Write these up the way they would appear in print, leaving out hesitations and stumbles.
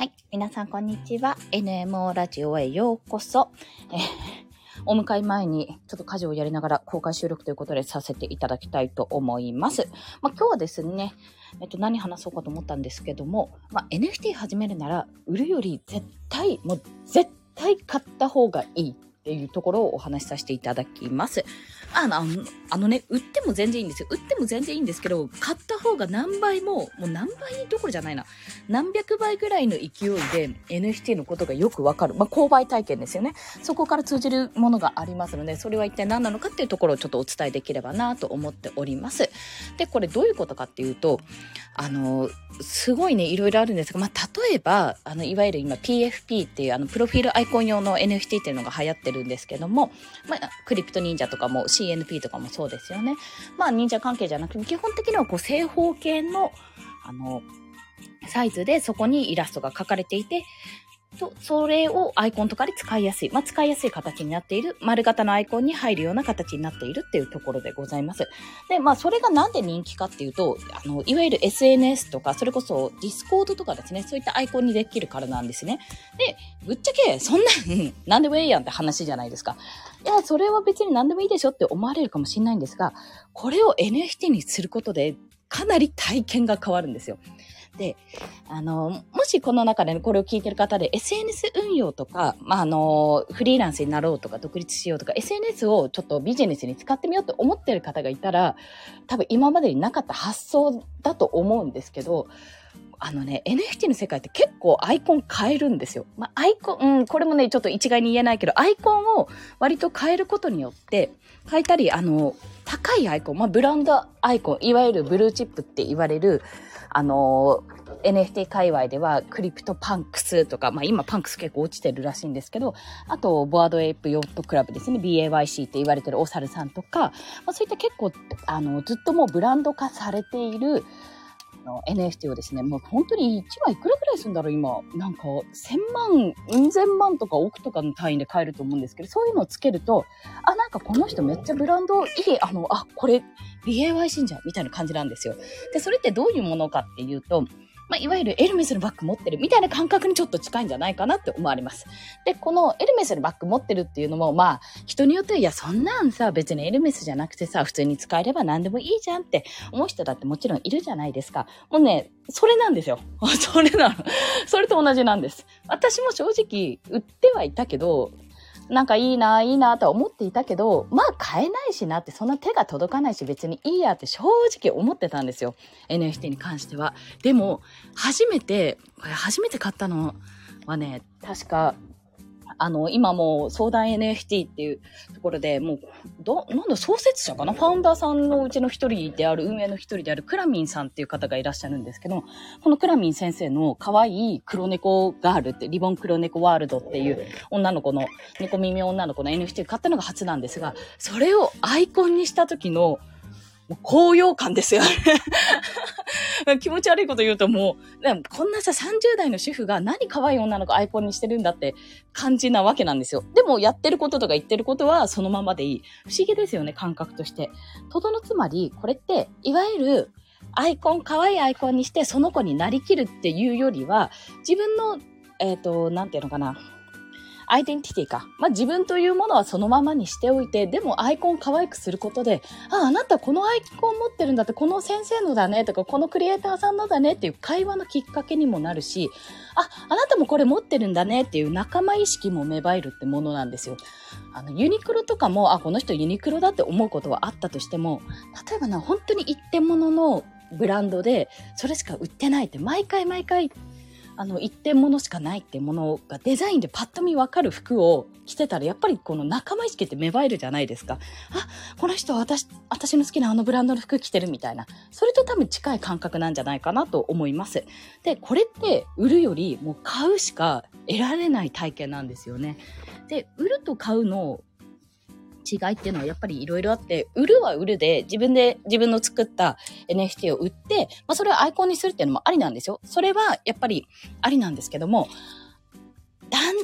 はい。皆さん、こんにちは。NMO ラジオへようこそ。お迎え前にちょっと家事をやりながら公開収録ということでさせていただきたいと思います。今日はですね、何話そうかと思ったんですけども、NFT 始めるなら売るより絶対買った方がいいっていうところをお話しさせていただきます。売っても全然いいんですよ。売っても全然いいんですけど、買った方が何倍もう何倍どころじゃないな。何百倍ぐらいの勢いで NFT のことがよくわかる。購買体験ですよね。そこから通じるものがありますので、それは一体何なのかっていうところをちょっとお伝えできればなと思っております。で、これどういうことかっていうと、すごいね、いろいろあるんですが、例えば、いわゆる今 PFP っていうプロフィールアイコン用の NFT っていうのが流行ってるんですけども、クリプト忍者とかも CNP とかもそうですよね。忍者関係じゃなくて、基本的には正方形の、サイズでそこにイラストが描かれていて、それをアイコンとかで使いやすい、使いやすい形になっている、丸型のアイコンに入るような形になっているっていうところでございます。で、それがなんで人気かっていうと、いわゆる SNS とか、それこそディスコードとかですね、そういったアイコンにできるからなんですね。で、ぶっちゃけ、そんな、なんでもいいやんって話じゃないですか。いや、それは別になんでもいいでしょって思われるかもしれないんですが、これを NFT にすることで、かなり体験が変わるんですよ。で、もしこの中で、これを聞いてる方で SNS 運用とか、フリーランスになろうとか独立しようとか SNS をちょっとビジネスに使ってみようと思ってる方がいたら、多分今までになかった発想だと思うんですけど、NFT の世界って結構アイコン変えるんですよ。アイコン、これもね、ちょっと一概に言えないけど、アイコンを割と変えることによって、変えたり、高いアイコン、ブランドアイコン、いわゆるブルーチップって言われる、NFT 界隈ではクリプトパンクスとか、今パンクス結構落ちてるらしいんですけど、あとボアドエイプヨットクラブですね、BAYC って言われてるお猿さんとか、そういった結構ずっともうブランド化されているNFT をですね、もう本当に1話いくらぐらいするんだろう今。なんか、1000万、うん千万とか億とかの単位で買えると思うんですけど、そういうのをつけると、なんかこの人めっちゃブランドいい、これ、BAY 信者みたいな感じなんですよ。で、それってどういうものかっていうと、いわゆるエルメスのバッグ持ってるみたいな感覚にちょっと近いんじゃないかなって思われます。で、このエルメスのバッグ持ってるっていうのも、人によっては、いや、そんなんさ、別にエルメスじゃなくてさ、普通に使えれば何でもいいじゃんって思う人だってもちろんいるじゃないですか。もうね、それなんですよ。それなの。それと同じなんです。私も正直、売ってはいたけど、なんかいいなとは思っていたけど、買えないしなって、そんな手が届かないし別にいいやって正直思ってたんですよ。NFT に関しては。でも、初めて買ったのはね、確か、今もう相談 NFT っていうところで、もう、創設者かなファウンダーさんのうちの一人である、運営の一人であるクラミンさんっていう方がいらっしゃるんですけど、このクラミン先生の可愛い黒猫ガールって、リボン黒猫ワールドっていう女の子の、猫耳女の子の NFT を買ったのが初なんですが、それをアイコンにした時の、高揚感ですよ。気持ち悪いこと言うともう、でもこんなさ30代の主婦が何可愛い女の子アイコンにしてるんだって感じなわけなんですよ。でもやってることとか言ってることはそのままでいい。不思議ですよね、感覚として。つまり、これって、いわゆる可愛いアイコンにしてその子になりきるっていうよりは、自分の、なんていうのかな。アイデンティティか。自分というものはそのままにしておいて、でもアイコン可愛くすることで、あなたこのアイコン持ってるんだって、この先生のだねとか、このクリエイターさんのだねっていう会話のきっかけにもなるし、あなたもこれ持ってるんだねっていう仲間意識も芽生えるってものなんですよ。ユニクロとかも、この人ユニクロだって思うことはあったとしても、例えば本当に一点物のブランドで、それしか売ってないって、毎回、一点物しかないってものがデザインでパッと見わかる服を着てたら、やっぱりこの仲間意識って芽生えるじゃないですか。この人は私の好きなブランドの服着てるみたいな。それと多分近い感覚なんじゃないかなと思います。で、これって売るよりもう買うしか得られない体験なんですよね。で、売ると買うの違いっていうのはやっぱりいろいろあって、売るは売るで自分の作った NFT を売って、それをアイコンにするっていうのもありなんですよ。それはやっぱりありなんですけども、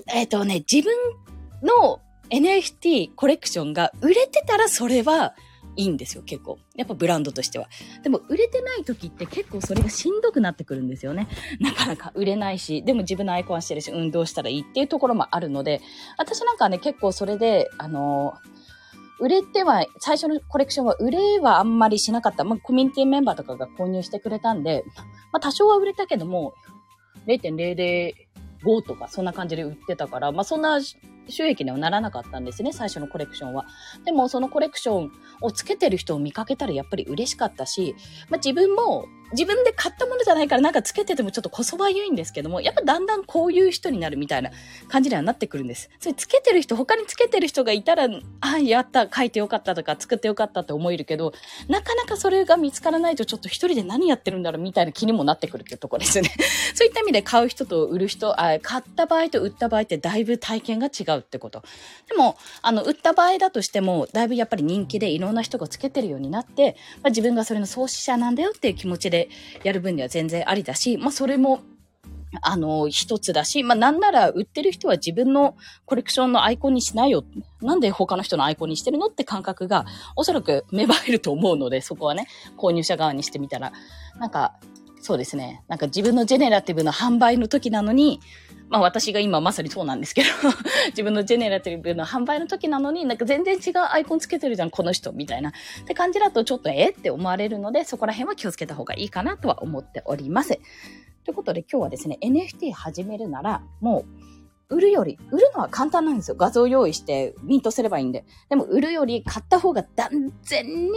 自分の NFT コレクションが売れてたらそれはいいんですよ、結構。やっぱブランドとしては。でも売れてない時って結構それがしんどくなってくるんですよね。なかなか売れないし、でも自分のアイコンはしてるし、どうしたらいいっていうところもあるので、私なんかはね、結構それで、売れては、最初のコレクションは売れはあんまりしなかった。コミュニティメンバーとかが購入してくれたんで、多少は売れたけども、0.005 とかそんな感じで売ってたから、そんな収益にはならなかったんですね、最初のコレクションは。でもそのコレクションをつけてる人を見かけたらやっぱり嬉しかったし、自分も自分で買ったものじゃないからなんかつけててもちょっとこそばゆいんですけども、やっぱだんだんこういう人になるみたいな感じにはなってくるんです。それつけてる人、他につけてる人がいたら、やった、書いてよかったとか作ってよかったって思えるけど、なかなかそれが見つからないとちょっと一人で何やってるんだろうみたいな気にもなってくるっていうところですね。そういった意味で買う人と売る人、買った場合と売った場合ってだいぶ体験が違うってこと。でも、売った場合だとしても、だいぶやっぱり人気でいろんな人がつけてるようになって、自分がそれの創始者なんだよっていう気持ちでやる分には全然ありだし、それも、一つだし、なんなら売ってる人は自分のコレクションのアイコンにしないよ。なんで他の人のアイコンにしてるのって感覚がおそらく芽生えると思うので、そこはね、購入者側にしてみたら。そうですね。自分のジェネラティブな販売の時なのに、私が今まさにそうなんですけど、自分のジェネラティブな販売の時なのに、全然違うアイコンつけてるじゃん、この人、みたいな。って感じだとちょっとって思われるので、そこら辺は気をつけた方がいいかなとは思っております。ということで今日はですね、NFT 始めるなら、もう、売るのは簡単なんですよ。画像用意してミントすればいいんで。でも売るより買った方が断然に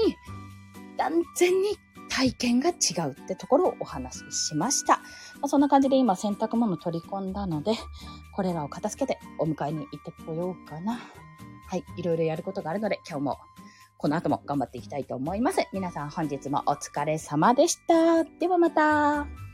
体験が違うってところをお話ししました。そんな感じで今洗濯物取り込んだので、これらを片付けてお迎えに行ってこようかな。はい、いろいろやることがあるので今日もこの後も頑張っていきたいと思います。皆さん本日もお疲れ様でした。ではまた。